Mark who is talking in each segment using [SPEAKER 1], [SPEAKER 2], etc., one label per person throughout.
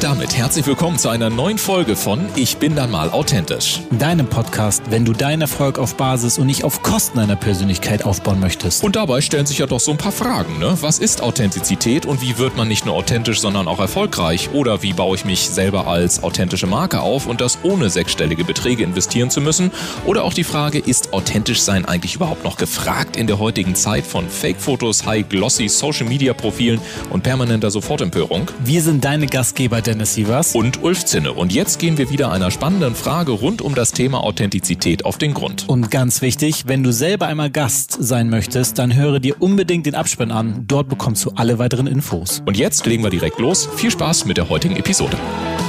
[SPEAKER 1] damit herzlich willkommen zu einer neuen Folge von Ich bin dann mal authentisch.
[SPEAKER 2] Deinem Podcast, wenn du deinen Erfolg auf Basis und nicht auf Kosten einer Persönlichkeit aufbauen möchtest.
[SPEAKER 1] Und dabei stellen sich ja doch so ein paar Fragen, ne? Was ist Authentizität und wie wird man nicht nur authentisch, sondern auch erfolgreich? Oder wie baue ich mich selber als authentische Marke auf und das ohne sechsstellige Beträge investieren zu müssen? Oder auch die Frage, ist authentisch sein eigentlich überhaupt noch gefragt in der heutigen Zeit von Fake-Fotos, High-Glossy, Social-Media-Profilen und permanenter Sofortempörung?
[SPEAKER 2] Wir sind deine Gastgeber Dennis Sievers
[SPEAKER 1] und Ulf Zinne. Und jetzt gehen wir wieder einer spannenden Frage rund um das Thema Authentizität auf den Grund.
[SPEAKER 2] Und ganz wichtig, wenn du selber einmal Gast sein möchtest, dann höre dir unbedingt den Abspann an. Dort bekommst du alle weiteren Infos.
[SPEAKER 1] Und jetzt legen wir direkt los. Viel Spaß mit der heutigen Episode.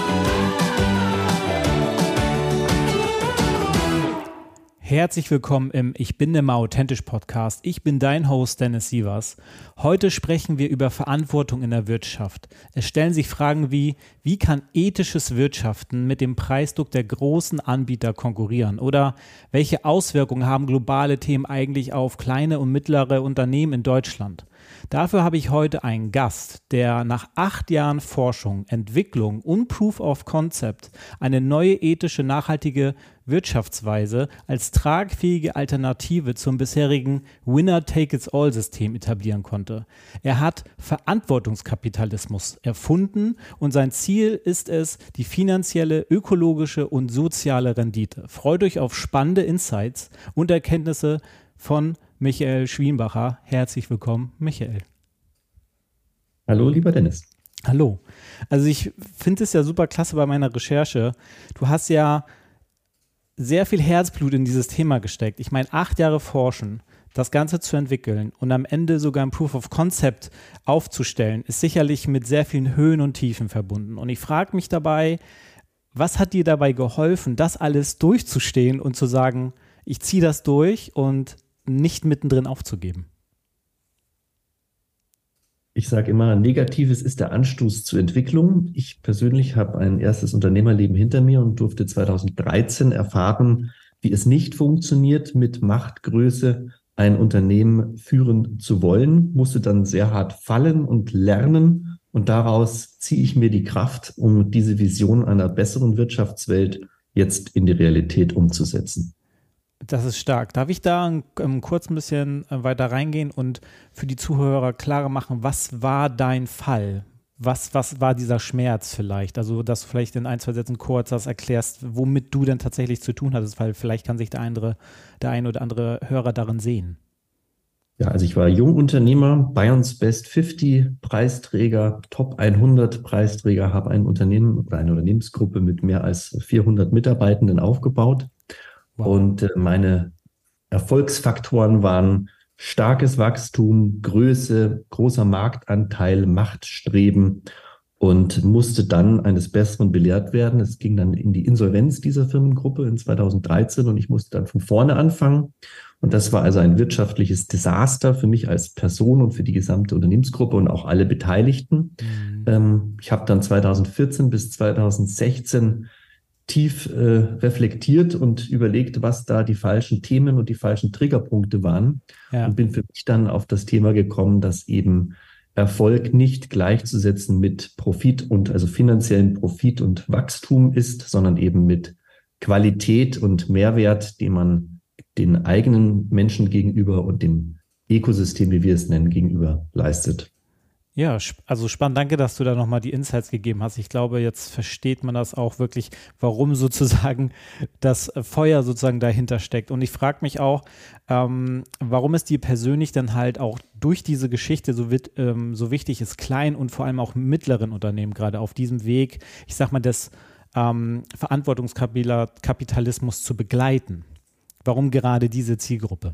[SPEAKER 2] Herzlich willkommen im Ich bin der mal authentisch Podcast. Ich bin dein Host Dennis Sievers. Heute sprechen wir über Verantwortung in der Wirtschaft. Es stellen sich Fragen wie kann ethisches Wirtschaften mit dem Preisdruck der großen Anbieter konkurrieren? Oder welche Auswirkungen haben globale Themen eigentlich auf kleine und mittlere Unternehmen in Deutschland? Dafür habe ich heute einen Gast, der nach 8 Jahren Forschung, Entwicklung und Proof of Concept eine neue ethische, nachhaltige Wirtschaftsweise als tragfähige Alternative zum bisherigen Winner-Take-it-all-System etablieren konnte. Er hat Verantwortungskapitalismus erfunden und sein Ziel ist es, die finanzielle, ökologische und soziale Rendite. Freut euch auf spannende Insights und Erkenntnisse von Michael Schwienbacher. Herzlich willkommen, Michael.
[SPEAKER 3] Hallo, lieber Dennis.
[SPEAKER 2] Hallo. Also ich finde es ja super klasse bei meiner Recherche. Du hast ja sehr viel Herzblut in dieses Thema gesteckt. Ich meine, 8 Jahre forschen, das Ganze zu entwickeln und am Ende sogar ein Proof of Concept aufzustellen, ist sicherlich mit sehr vielen Höhen und Tiefen verbunden. Und ich frage mich dabei, was hat dir dabei geholfen, das alles durchzustehen und zu sagen, ich ziehe das durch und nicht mittendrin aufzugeben?
[SPEAKER 3] Ich sage immer, Negatives ist der Anstoß zur Entwicklung. Ich persönlich habe ein erstes Unternehmerleben hinter mir und durfte 2013 erfahren, wie es nicht funktioniert, mit Machtgröße ein Unternehmen führen zu wollen, musste dann sehr hart fallen und lernen und daraus ziehe ich mir die Kraft, um diese Vision einer besseren Wirtschaftswelt jetzt in die Realität umzusetzen.
[SPEAKER 2] Das ist stark. Darf ich da kurz ein bisschen weiter reingehen und für die Zuhörer klarer machen, was war dein Fall? Was war dieser Schmerz vielleicht? Also, dass du vielleicht in 1, 2 Sätzen kurz das erklärst, womit du denn tatsächlich zu tun hattest, weil vielleicht kann sich der ein oder andere Hörer darin sehen.
[SPEAKER 3] Ja, also ich war Jungunternehmer, Bayerns Best 50 Preisträger, Top 100 Preisträger, habe ein Unternehmen oder eine Unternehmensgruppe mit mehr als 400 Mitarbeitenden aufgebaut. Wow. Und meine Erfolgsfaktoren waren starkes Wachstum, Größe, großer Marktanteil, Machtstreben und musste dann eines Besseren belehrt werden. Es ging dann in die Insolvenz dieser Firmengruppe in 2013 und ich musste dann von vorne anfangen. Und das war also ein wirtschaftliches Desaster für mich als Person und für die gesamte Unternehmensgruppe und auch alle Beteiligten. Ich habe dann 2014 bis 2016 tief reflektiert und überlegt, was da die falschen Themen und die falschen Triggerpunkte waren. Ja. Und bin für mich dann auf das Thema gekommen, dass eben Erfolg nicht gleichzusetzen mit Profit und also finanziellen Profit und Wachstum ist, sondern eben mit Qualität und Mehrwert, den man den eigenen Menschen gegenüber und dem Ökosystem, wie wir es nennen, gegenüber leistet.
[SPEAKER 2] Ja, also spannend. Danke, dass du da nochmal die Insights gegeben hast. Ich glaube, jetzt versteht man das auch wirklich, warum sozusagen das Feuer sozusagen dahinter steckt. Und ich frage mich auch, warum es dir persönlich dann halt auch durch diese Geschichte so wichtig ist, kleinen und vor allem auch mittleren Unternehmen gerade auf diesem Weg, ich sag mal, des Verantwortungskapitalismus zu begleiten. Warum gerade diese Zielgruppe?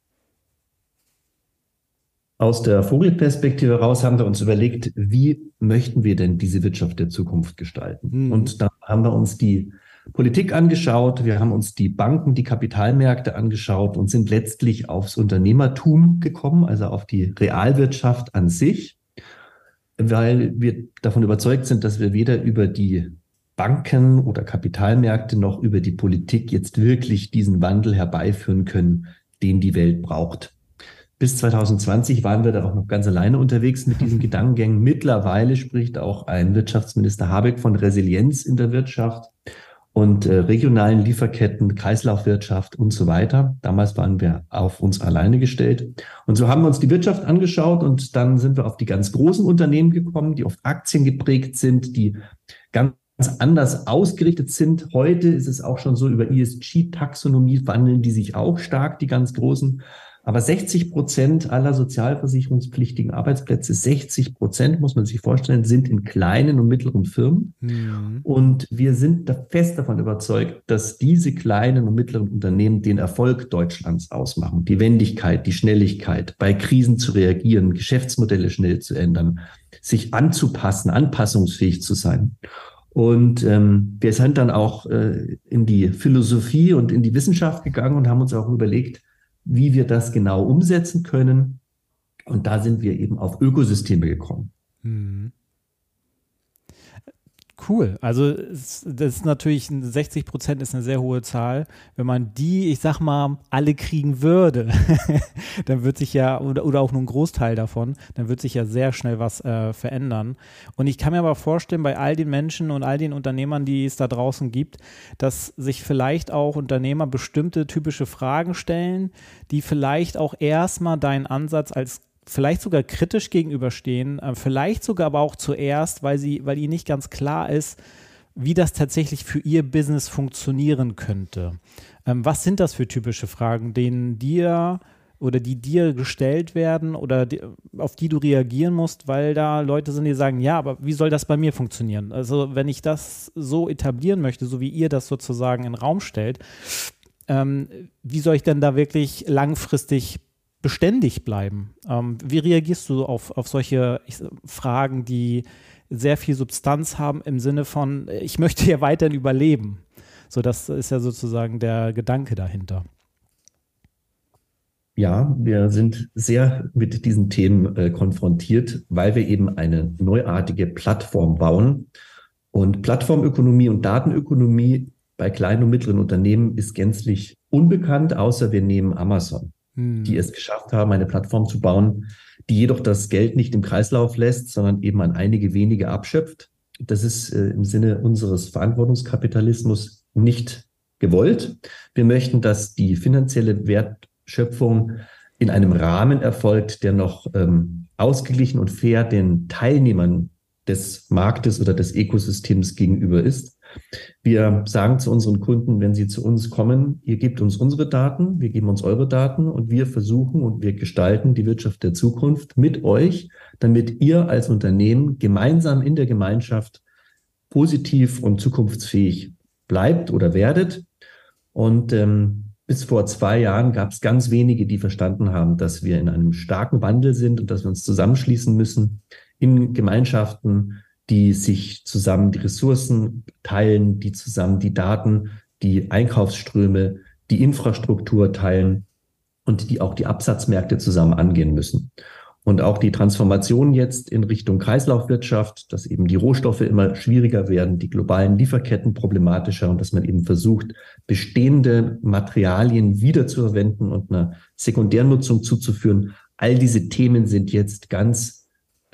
[SPEAKER 3] Aus der Vogelperspektive heraus haben wir uns überlegt, wie möchten wir denn diese Wirtschaft der Zukunft gestalten? Und da haben wir uns die Politik angeschaut, wir haben uns die Banken, die Kapitalmärkte angeschaut und sind letztlich aufs Unternehmertum gekommen, also auf die Realwirtschaft an sich, weil wir davon überzeugt sind, dass wir weder über die Banken oder Kapitalmärkte noch über die Politik jetzt wirklich diesen Wandel herbeiführen können, den die Welt braucht. Bis 2020 waren wir da auch noch ganz alleine unterwegs mit diesen Gedankengängen. Mittlerweile spricht auch ein Wirtschaftsminister Habeck von Resilienz in der Wirtschaft und regionalen Lieferketten, Kreislaufwirtschaft und so weiter. Damals waren wir auf uns alleine gestellt. Und so haben wir uns die Wirtschaft angeschaut und dann sind wir auf die ganz großen Unternehmen gekommen, die auf Aktien geprägt sind, die ganz anders ausgerichtet sind. Heute ist es auch schon so, über ESG-Taxonomie wandeln die sich auch stark, die ganz großen. Aber 60% aller sozialversicherungspflichtigen Arbeitsplätze, 60% muss man sich vorstellen, sind in kleinen und mittleren Firmen. Mhm. Und wir sind da fest davon überzeugt, dass diese kleinen und mittleren Unternehmen den Erfolg Deutschlands ausmachen. Die Wendigkeit, die Schnelligkeit, bei Krisen zu reagieren, Geschäftsmodelle schnell zu ändern, sich anzupassen, anpassungsfähig zu sein. Und wir sind dann auch in die Philosophie und in die Wissenschaft gegangen und haben uns auch überlegt, wie wir das genau umsetzen können. Und da sind wir eben auf Ökosysteme gekommen.
[SPEAKER 2] Mhm. Cool. Also das ist natürlich, 60% ist eine sehr hohe Zahl. Wenn man die, ich sag mal, alle kriegen würde, dann wird sich ja, oder auch nur ein Großteil davon, dann wird sich ja sehr schnell was verändern. Und ich kann mir aber vorstellen, bei all den Menschen und all den Unternehmern, die es da draußen gibt, dass sich vielleicht auch Unternehmer bestimmte typische Fragen stellen, die vielleicht auch erstmal deinen Ansatz als vielleicht sogar kritisch gegenüberstehen, vielleicht sogar aber auch zuerst, weil ihnen nicht ganz klar ist, wie das tatsächlich für ihr Business funktionieren könnte. Was sind das für typische Fragen, die dir gestellt werden oder auf die du reagieren musst, weil da Leute sind, die sagen, ja, aber wie soll das bei mir funktionieren? Also wenn ich das so etablieren möchte, so wie ihr das sozusagen in den Raum stellt, wie soll ich denn da wirklich langfristig beständig bleiben? Wie reagierst du auf solche Fragen, die sehr viel Substanz haben im Sinne von, ich möchte ja weiterhin überleben? So, das ist ja sozusagen der Gedanke dahinter.
[SPEAKER 3] Ja, wir sind sehr mit diesen Themen konfrontiert, weil wir eben eine neuartige Plattform bauen. Und Plattformökonomie und Datenökonomie bei kleinen und mittleren Unternehmen ist gänzlich unbekannt, außer wir nehmen Amazon, die es geschafft haben, eine Plattform zu bauen, die jedoch das Geld nicht im Kreislauf lässt, sondern eben an einige wenige abschöpft. Das ist im Sinne unseres Verantwortungskapitalismus nicht gewollt. Wir möchten, dass die finanzielle Wertschöpfung in einem Rahmen erfolgt, der noch ausgeglichen und fair den Teilnehmern des Marktes oder des Ökosystems gegenüber ist. Wir sagen zu unseren Kunden, wenn sie zu uns kommen, ihr gebt uns unsere Daten, wir geben uns eure Daten und wir versuchen und wir gestalten die Wirtschaft der Zukunft mit euch, damit ihr als Unternehmen gemeinsam in der Gemeinschaft positiv und zukunftsfähig bleibt oder werdet. Und bis vor 2 Jahren gab es ganz wenige, die verstanden haben, dass wir in einem starken Wandel sind und dass wir uns zusammenschließen müssen in Gemeinschaften, die sich zusammen die Ressourcen teilen, die zusammen die Daten, die Einkaufsströme, die Infrastruktur teilen und die auch die Absatzmärkte zusammen angehen müssen. Und auch die Transformation jetzt in Richtung Kreislaufwirtschaft, dass eben die Rohstoffe immer schwieriger werden, die globalen Lieferketten problematischer und dass man eben versucht, bestehende Materialien wiederzuverwenden und einer Sekundärnutzung zuzuführen. All diese Themen sind jetzt ganz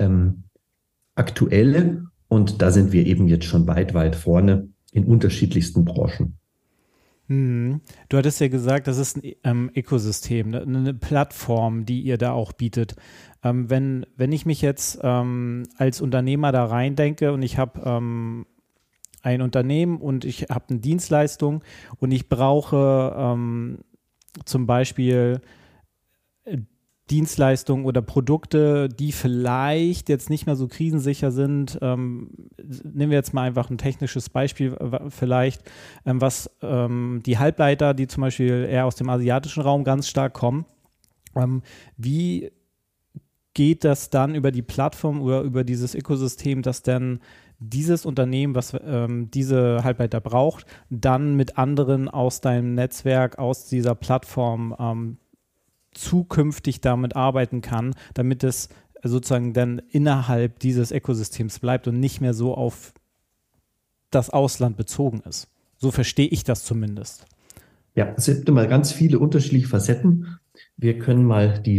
[SPEAKER 3] aktuelle und da sind wir eben jetzt schon weit, weit vorne in unterschiedlichsten Branchen.
[SPEAKER 2] Du hattest ja gesagt, das ist ein Ökosystem, eine Plattform, die ihr da auch bietet. Wenn ich mich jetzt als Unternehmer da reindenke und ich habe ein Unternehmen und ich habe eine Dienstleistung und ich brauche zum Beispiel Dienstleistungen oder Produkte, die vielleicht jetzt nicht mehr so krisensicher sind. Nehmen wir jetzt mal einfach ein technisches Beispiel vielleicht, was die Halbleiter, die zum Beispiel eher aus dem asiatischen Raum ganz stark kommen. Wie geht das dann über die Plattform oder über dieses Ökosystem, dass dann dieses Unternehmen, was diese Halbleiter braucht, dann mit anderen aus deinem Netzwerk, aus dieser Plattform zukünftig damit arbeiten kann, damit es sozusagen dann innerhalb dieses Ökosystems bleibt und nicht mehr so auf das Ausland bezogen ist. So verstehe ich das zumindest.
[SPEAKER 3] Ja, es gibt immer ganz viele unterschiedliche Facetten. Wir können mal die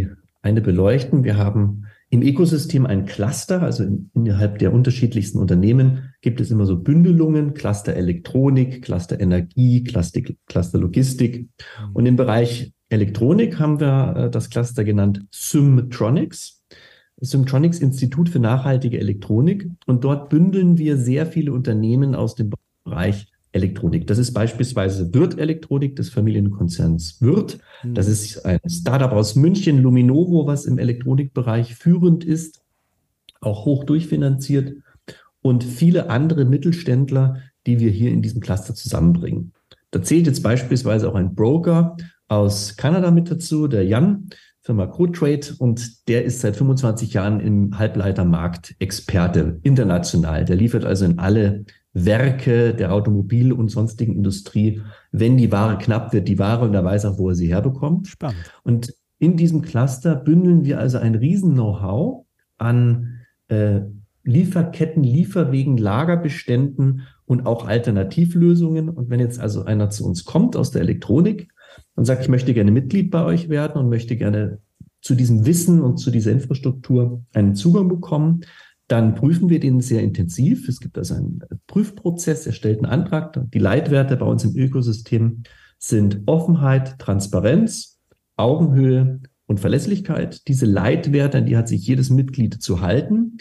[SPEAKER 3] eine beleuchten. Wir haben im Ökosystem ein Cluster, also innerhalb der unterschiedlichsten Unternehmen gibt es immer so Bündelungen, Cluster Elektronik, Cluster Energie, Cluster Logistik. Und im Bereich Elektronik haben wir das Cluster genannt Symtronics. Symtronics Institut für nachhaltige Elektronik. Und dort bündeln wir sehr viele Unternehmen aus dem Bereich Elektronik. Das ist beispielsweise Würth Elektronik des Familienkonzerns Würth. Das ist ein Startup aus München, Luminovo, was im Elektronikbereich führend ist, auch hoch durchfinanziert, und viele andere Mittelständler, die wir hier in diesem Cluster zusammenbringen. Da zählt jetzt beispielsweise auch ein Broker aus Kanada mit dazu, der Jan, Firma CoTrade, und der ist seit 25 Jahren im Halbleitermarkt Experte international. Der liefert also in alle Werke der Automobil- und sonstigen Industrie, wenn die Ware knapp wird, die Ware, und er weiß auch, wo er sie herbekommt.
[SPEAKER 2] Spannend.
[SPEAKER 3] Und in diesem Cluster bündeln wir also ein Riesen-Know-how an Lieferketten, Lieferwegen, Lagerbeständen und auch Alternativlösungen. Und wenn jetzt also einer zu uns kommt aus der Elektronik und sagt, ich möchte gerne Mitglied bei euch werden und möchte gerne zu diesem Wissen und zu dieser Infrastruktur einen Zugang bekommen, dann prüfen wir den sehr intensiv. Es gibt also einen Prüfprozess, er stellt einen Antrag. Die Leitwerte bei uns im Ökosystem sind Offenheit, Transparenz, Augenhöhe und Verlässlichkeit. Diese Leitwerte, an die hat sich jedes Mitglied zu halten,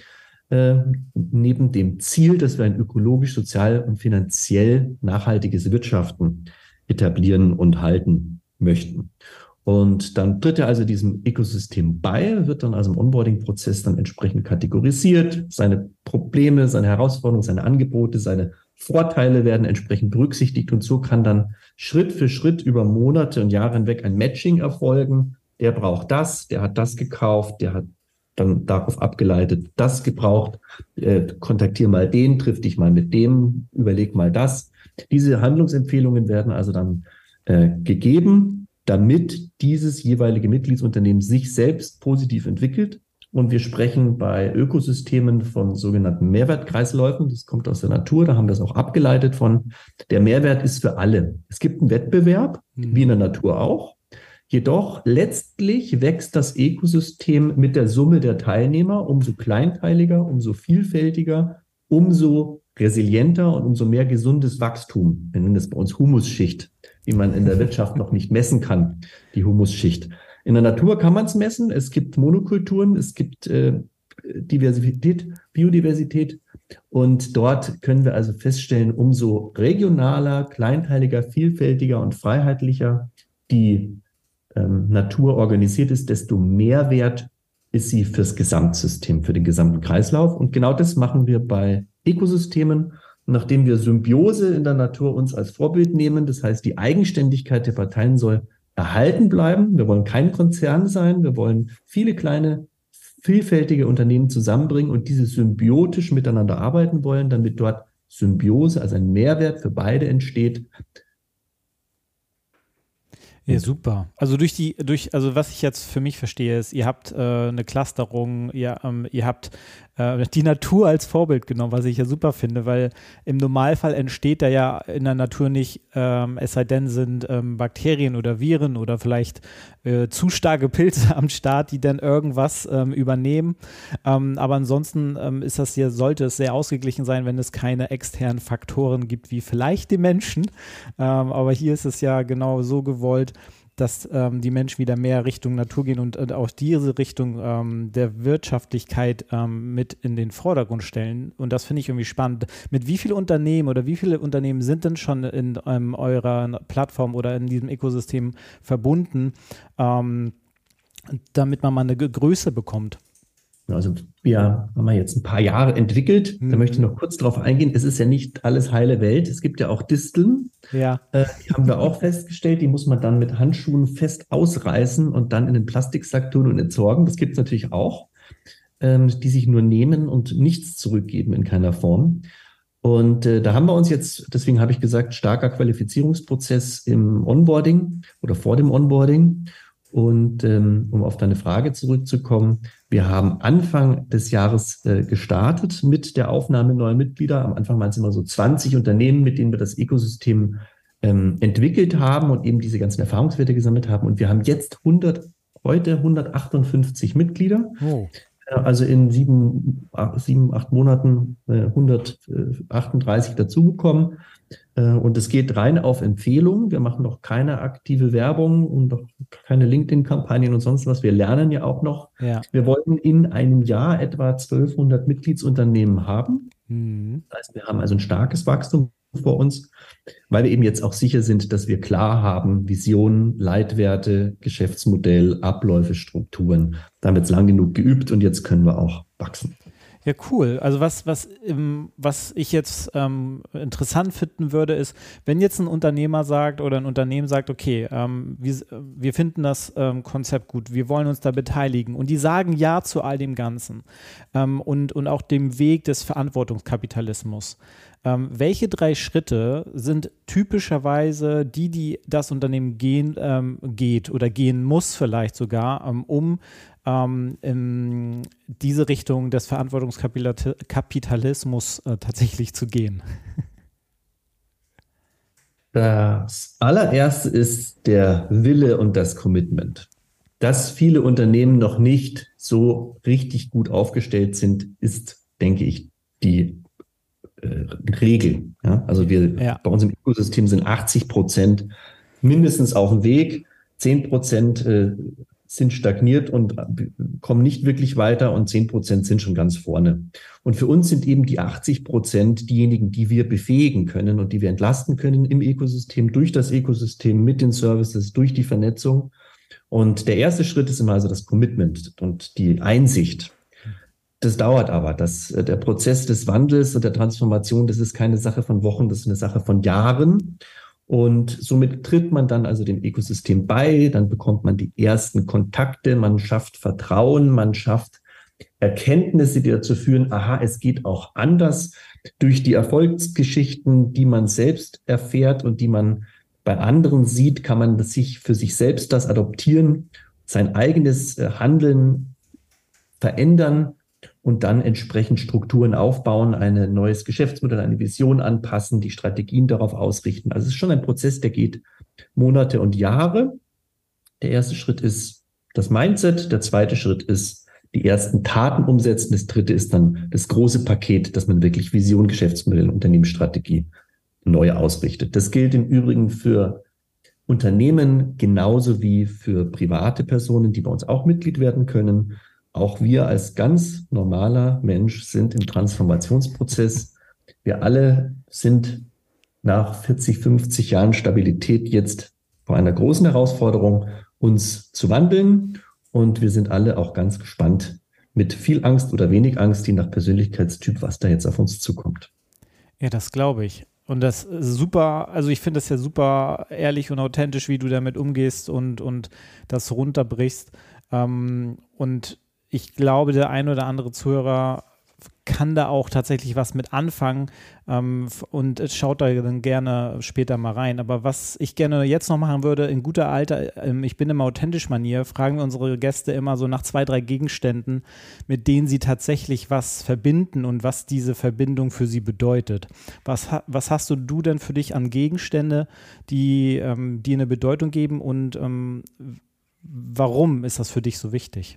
[SPEAKER 3] neben dem Ziel, dass wir ein ökologisch, sozial und finanziell nachhaltiges Wirtschaften etablieren und halten möchten. Und dann tritt er also diesem Ökosystem bei, wird dann also im Onboarding-Prozess dann entsprechend kategorisiert. Seine Probleme, seine Herausforderungen, seine Angebote, seine Vorteile werden entsprechend berücksichtigt. Und so kann dann Schritt für Schritt über Monate und Jahre hinweg ein Matching erfolgen. Der braucht das, der hat das gekauft, der hat dann darauf abgeleitet das gebraucht. Kontaktier mal den, triff dich mal mit dem, überleg mal das. Diese Handlungsempfehlungen werden also dann gegeben, damit dieses jeweilige Mitgliedsunternehmen sich selbst positiv entwickelt. Und wir sprechen bei Ökosystemen von sogenannten Mehrwertkreisläufen. Das kommt aus der Natur, da haben wir es auch abgeleitet von. Der Mehrwert ist für alle. Es gibt einen Wettbewerb, wie in der Natur auch. Jedoch letztlich wächst das Ökosystem mit der Summe der Teilnehmer umso kleinteiliger, umso vielfältiger, umso resilienter und umso mehr gesundes Wachstum. Wir nennen das bei uns Humusschicht, die man in der Wirtschaft noch nicht messen kann, die Humusschicht. In der Natur kann man es messen. Es gibt Monokulturen, es gibt Biodiversität. Und dort können wir also feststellen, umso regionaler, kleinteiliger, vielfältiger und freiheitlicher die Natur organisiert ist, desto mehr wert ist sie fürs Gesamtsystem, für den gesamten Kreislauf. Und genau das machen wir bei Ökosystemen, nachdem wir Symbiose in der Natur uns als Vorbild nehmen. Das heißt, die Eigenständigkeit der Parteien soll erhalten bleiben. Wir wollen kein Konzern sein. Wir wollen viele kleine, vielfältige Unternehmen zusammenbringen und diese symbiotisch miteinander arbeiten wollen, damit dort Symbiose, also ein Mehrwert für beide entsteht.
[SPEAKER 2] Ja, super. Also also was ich jetzt für mich verstehe, ist, ihr habt eine Clusterung, ihr habt die Natur als Vorbild genommen, was ich ja super finde, weil im Normalfall entsteht da ja in der Natur nicht, es sei denn, sind Bakterien oder Viren oder vielleicht zu starke Pilze am Start, die dann irgendwas übernehmen. Aber ansonsten sollte es sehr ausgeglichen sein, wenn es keine externen Faktoren gibt, wie vielleicht die Menschen. Aber hier ist es ja genau so gewollt, dass die Menschen wieder mehr Richtung Natur gehen und auch diese Richtung der Wirtschaftlichkeit mit in den Vordergrund stellen. Und das finde ich irgendwie spannend. Mit wie viele Unternehmen sind denn schon in eurer Plattform oder in diesem Ökosystem verbunden, damit man mal eine Größe bekommt?
[SPEAKER 3] Also wir haben jetzt ein paar Jahre entwickelt. Da möchte ich noch kurz drauf eingehen. Es ist ja nicht alles heile Welt. Es gibt ja auch Disteln.
[SPEAKER 2] Ja.
[SPEAKER 3] Die haben wir auch festgestellt. Die muss man dann mit Handschuhen fest ausreißen und dann in den Plastiksack tun und entsorgen. Das gibt es natürlich auch, die sich nur nehmen und nichts zurückgeben in keiner Form. Und da haben wir uns jetzt, deswegen habe ich gesagt, starker Qualifizierungsprozess im Onboarding oder vor dem Onboarding. Und um auf deine Frage zurückzukommen, wir haben Anfang des Jahres gestartet mit der Aufnahme neuer Mitglieder. Am Anfang waren es immer so 20 Unternehmen, mit denen wir das Ökosystem entwickelt haben und eben diese ganzen Erfahrungswerte gesammelt haben. Und wir haben jetzt 100 heute 158 Mitglieder.
[SPEAKER 2] Oh.
[SPEAKER 3] Also in 8 Monaten 138 dazugekommen. Und es geht rein auf Empfehlung. Wir machen noch keine aktive Werbung und noch keine LinkedIn-Kampagnen und sonst was. Wir lernen ja auch noch.
[SPEAKER 2] Ja.
[SPEAKER 3] Wir wollten in einem Jahr etwa 1200 Mitgliedsunternehmen haben. Das heißt, wir haben also ein starkes Wachstum vor uns, weil wir eben jetzt auch sicher sind, dass wir klar haben, Vision, Leitwerte, Geschäftsmodell, Abläufe, Strukturen. Da haben wir jetzt lang genug geübt und jetzt können wir auch wachsen.
[SPEAKER 2] Ja, cool. Also was ich jetzt interessant finden würde, ist, wenn jetzt ein Unternehmer sagt oder ein Unternehmen sagt, okay, wir finden das Konzept gut, wir wollen uns da beteiligen und die sagen Ja zu all dem Ganzen und auch dem Weg des Verantwortungskapitalismus. Welche 3 Schritte sind typischerweise die das Unternehmen geht oder gehen muss vielleicht sogar, um in diese Richtung des Verantwortungskapitalismus tatsächlich zu gehen?
[SPEAKER 3] Das allererste ist der Wille und das Commitment. Dass viele Unternehmen noch nicht so richtig gut aufgestellt sind, ist, denke ich, die Regel. Ja? Also bei uns im Ökosystem sind 80% mindestens auf dem Weg, 10% sind stagniert und kommen nicht wirklich weiter und 10% sind schon ganz vorne. Und für uns sind eben die 80% diejenigen, die wir befähigen können und die wir entlasten können im Ökosystem, durch das Ökosystem, mit den Services, durch die Vernetzung. Und der erste Schritt ist immer also das Commitment und die Einsicht. Das dauert aber. Der Prozess des Wandels und der Transformation, das ist keine Sache von Wochen, das ist eine Sache von Jahren. Und somit tritt man dann also dem Ökosystem bei, dann bekommt man die ersten Kontakte, man schafft Vertrauen, man schafft Erkenntnisse, die dazu führen, aha, es geht auch anders. Durch die Erfolgsgeschichten, die man selbst erfährt und die man bei anderen sieht, kann man für sich selbst das adoptieren, sein eigenes Handeln verändern und dann entsprechend Strukturen aufbauen, ein neues Geschäftsmodell, eine Vision anpassen, die Strategien darauf ausrichten. Also es ist schon ein Prozess, der geht Monate und Jahre. Der erste Schritt ist das Mindset, der zweite Schritt ist die ersten Taten umsetzen, das dritte ist dann das große Paket, dass man wirklich Vision, Geschäftsmodell, Unternehmensstrategie neu ausrichtet. Das gilt im Übrigen für Unternehmen genauso wie für private Personen, die bei uns auch Mitglied werden können. Auch wir als ganz normaler Mensch sind im Transformationsprozess. Wir alle sind nach 40, 50 Jahren Stabilität jetzt vor einer großen Herausforderung, uns zu wandeln. Und wir sind alle auch ganz gespannt mit viel Angst oder wenig Angst, je nach Persönlichkeitstyp, was da jetzt auf uns zukommt.
[SPEAKER 2] Ja, das glaube ich. Und das ist super, also ich finde das ja super ehrlich und authentisch, wie du damit umgehst und das runterbrichst. Und ich glaube, der ein oder andere Zuhörer kann da auch tatsächlich was mit anfangen und schaut da dann gerne später mal rein. Aber was ich gerne jetzt noch machen würde, in guter alter, ich bin immer authentisch Manier, fragen wir unsere Gäste immer so nach 2, 3 Gegenständen, mit denen sie tatsächlich was verbinden und was diese Verbindung für sie bedeutet. Was hast du denn für dich an Gegenstände, die eine Bedeutung geben und warum ist das für dich so wichtig?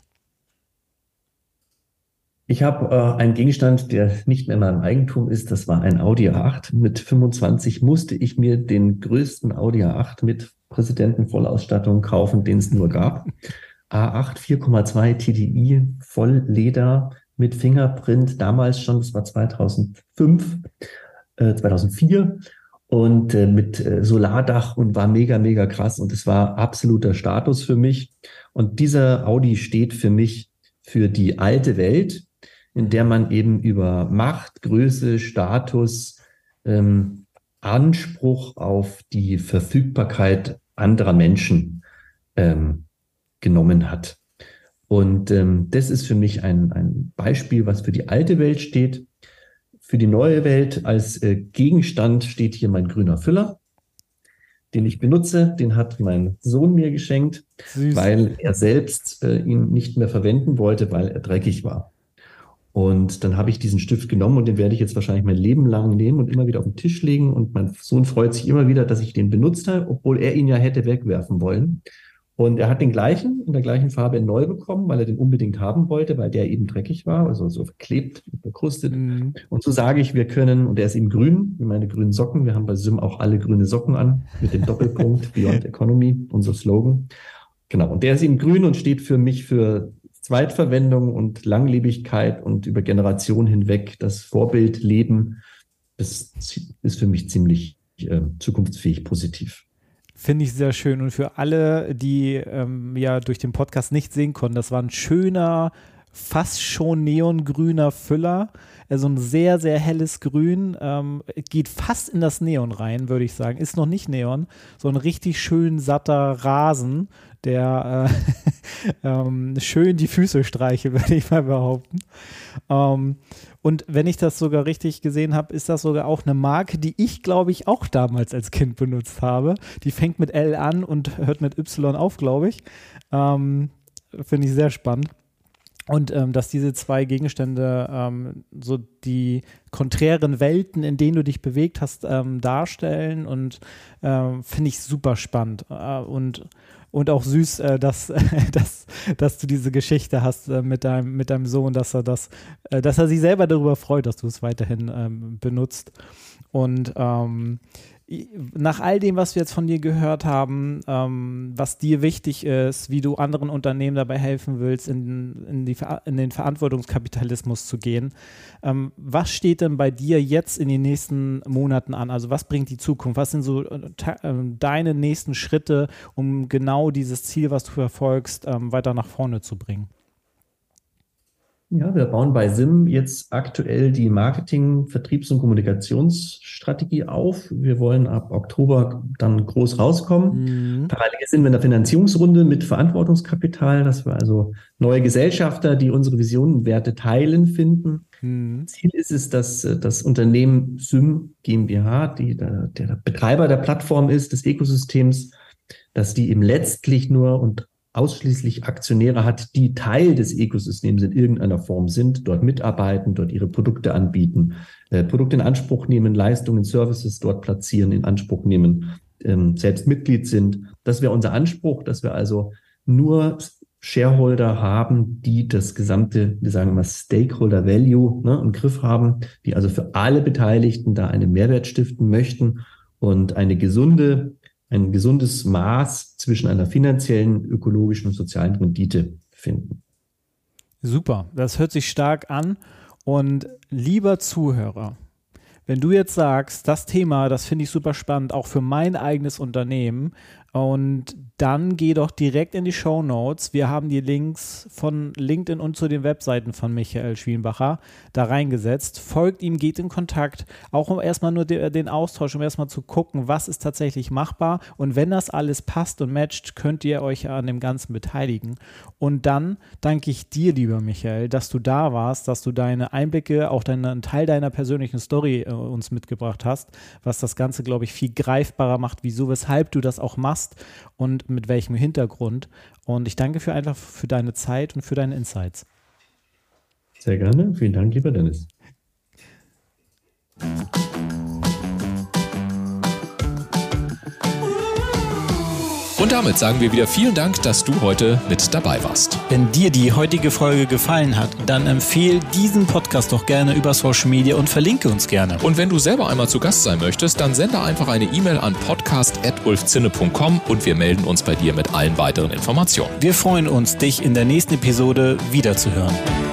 [SPEAKER 3] Ich habe einen Gegenstand, der nicht mehr in meinem Eigentum ist. Das war ein Audi A8. Mit 25 musste ich mir den größten Audi A8 mit Präsidentenvollausstattung kaufen, den es nur gab. A8 4,2 TDI, Vollleder mit Fingerprint, damals schon, das war 2004 und mit Solardach und war mega, mega krass und es war absoluter Status für mich. Und dieser Audi steht für mich für die alte Welt, in der man eben über Macht, Größe, Status, Anspruch auf die Verfügbarkeit anderer Menschen genommen hat. Und das ist für mich ein Beispiel, was für die alte Welt steht. Für die neue Welt als Gegenstand steht hier mein grüner Füller, den ich benutze. Den hat mein Sohn mir geschenkt, süß, weil er selbst ihn nicht mehr verwenden wollte, weil er dreckig war. Und dann habe ich diesen Stift genommen und den werde ich jetzt wahrscheinlich mein Leben lang nehmen und immer wieder auf den Tisch legen. Und mein Sohn freut sich immer wieder, dass ich den benutzt habe, obwohl er ihn ja hätte wegwerfen wollen. Und er hat den gleichen, in der gleichen Farbe in neu bekommen, weil er den unbedingt haben wollte, weil der eben dreckig war, also so verklebt, verkrustet. Und so sage ich, wir können, und der ist eben grün, wie meine grünen Socken. Wir haben bei SIM auch alle grüne Socken an, mit dem Doppelpunkt Beyond Economy, unser Slogan. Genau, und der ist eben grün und steht für mich für Zweitverwendung und Langlebigkeit und über Generationen hinweg das Vorbild Leben. Das ist für mich ziemlich zukunftsfähig positiv.
[SPEAKER 2] Finde ich sehr schön. Und für alle, die ja durch den Podcast nicht sehen konnten, das war ein schöner, fast schon neongrüner Füller. Also ein sehr, sehr helles Grün. Geht fast in das Neon rein, würde ich sagen. Ist noch nicht Neon. So ein richtig schön satter Rasen, der schön die Füße streichelt, würde ich mal behaupten. Und wenn ich das sogar richtig gesehen habe, ist das sogar auch eine Marke, die ich, glaube ich, auch damals als Kind benutzt habe. Die fängt mit L an und hört mit Y auf, glaube ich. Finde ich sehr spannend. Und dass diese zwei Gegenstände so die konträren Welten, in denen du dich bewegt hast, darstellen und finde ich super spannend. Und auch süß, dass du diese Geschichte hast mit deinem Sohn, dass er sich selber darüber freut, dass du es weiterhin benutzt. Und nach all dem, was wir jetzt von dir gehört haben, was dir wichtig ist, wie du anderen Unternehmen dabei helfen willst, in den Verantwortungskapitalismus zu gehen, was steht denn bei dir jetzt in den nächsten Monaten an? Also was bringt die Zukunft? Was sind so deine nächsten Schritte, um genau dieses Ziel, was du verfolgst, weiter nach vorne zu bringen?
[SPEAKER 3] Ja, wir bauen bei SIM jetzt aktuell die Marketing-, Vertriebs- und Kommunikationsstrategie auf. Wir wollen ab Oktober dann groß rauskommen. Parallel sind wir in der Finanzierungsrunde mit Verantwortungskapital, dass wir also neue Gesellschafter, die unsere Visionen und Werte teilen, finden. Ziel ist es, dass das Unternehmen SIM GmbH, der Betreiber der Plattform ist, des Ökosystems, dass die eben letztlich nur und ausschließlich Aktionäre hat, die Teil des Ökosystems in irgendeiner Form sind, dort mitarbeiten, dort ihre Produkte anbieten, Produkte in Anspruch nehmen, Leistungen, Services dort platzieren, in Anspruch nehmen, selbst Mitglied sind. Das wäre unser Anspruch, dass wir also nur Shareholder haben, die das gesamte, wir sagen mal Stakeholder Value im Griff haben, die also für alle Beteiligten da einen Mehrwert stiften möchten und ein gesundes Maß zwischen einer finanziellen, ökologischen und sozialen Rendite finden.
[SPEAKER 2] Super, das hört sich stark an. Und lieber Zuhörer, wenn du jetzt sagst, das Thema, das finde ich super spannend, auch für mein eigenes Unternehmen, und dann geh doch direkt in die Shownotes. Wir haben die Links von LinkedIn und zu den Webseiten von Michael Schwienbacher da reingesetzt. Folgt ihm, geht in Kontakt, auch um erstmal nur den Austausch, um erstmal zu gucken, was ist tatsächlich machbar. Und wenn das alles passt und matcht, könnt ihr euch an dem Ganzen beteiligen. Und dann danke ich dir, lieber Michael, dass du da warst, dass du deine Einblicke, auch einen Teil deiner persönlichen Story uns mitgebracht hast, was das Ganze, glaube ich, viel greifbarer macht, wieso, weshalb du das auch machst und mit welchem Hintergrund. Und ich danke einfach für deine Zeit und für deine Insights.
[SPEAKER 3] Sehr gerne. Vielen Dank, lieber Dennis.
[SPEAKER 1] Und damit sagen wir wieder vielen Dank, dass du heute mit dabei warst.
[SPEAKER 2] Wenn dir die heutige Folge gefallen hat, dann empfehle diesen Podcast doch gerne über Social Media und verlinke uns gerne.
[SPEAKER 1] Und wenn du selber einmal zu Gast sein möchtest, dann sende einfach eine E-Mail an podcast@ulfzinne.com und wir melden uns bei dir mit allen weiteren Informationen.
[SPEAKER 2] Wir freuen uns, dich in der nächsten Episode wiederzuhören.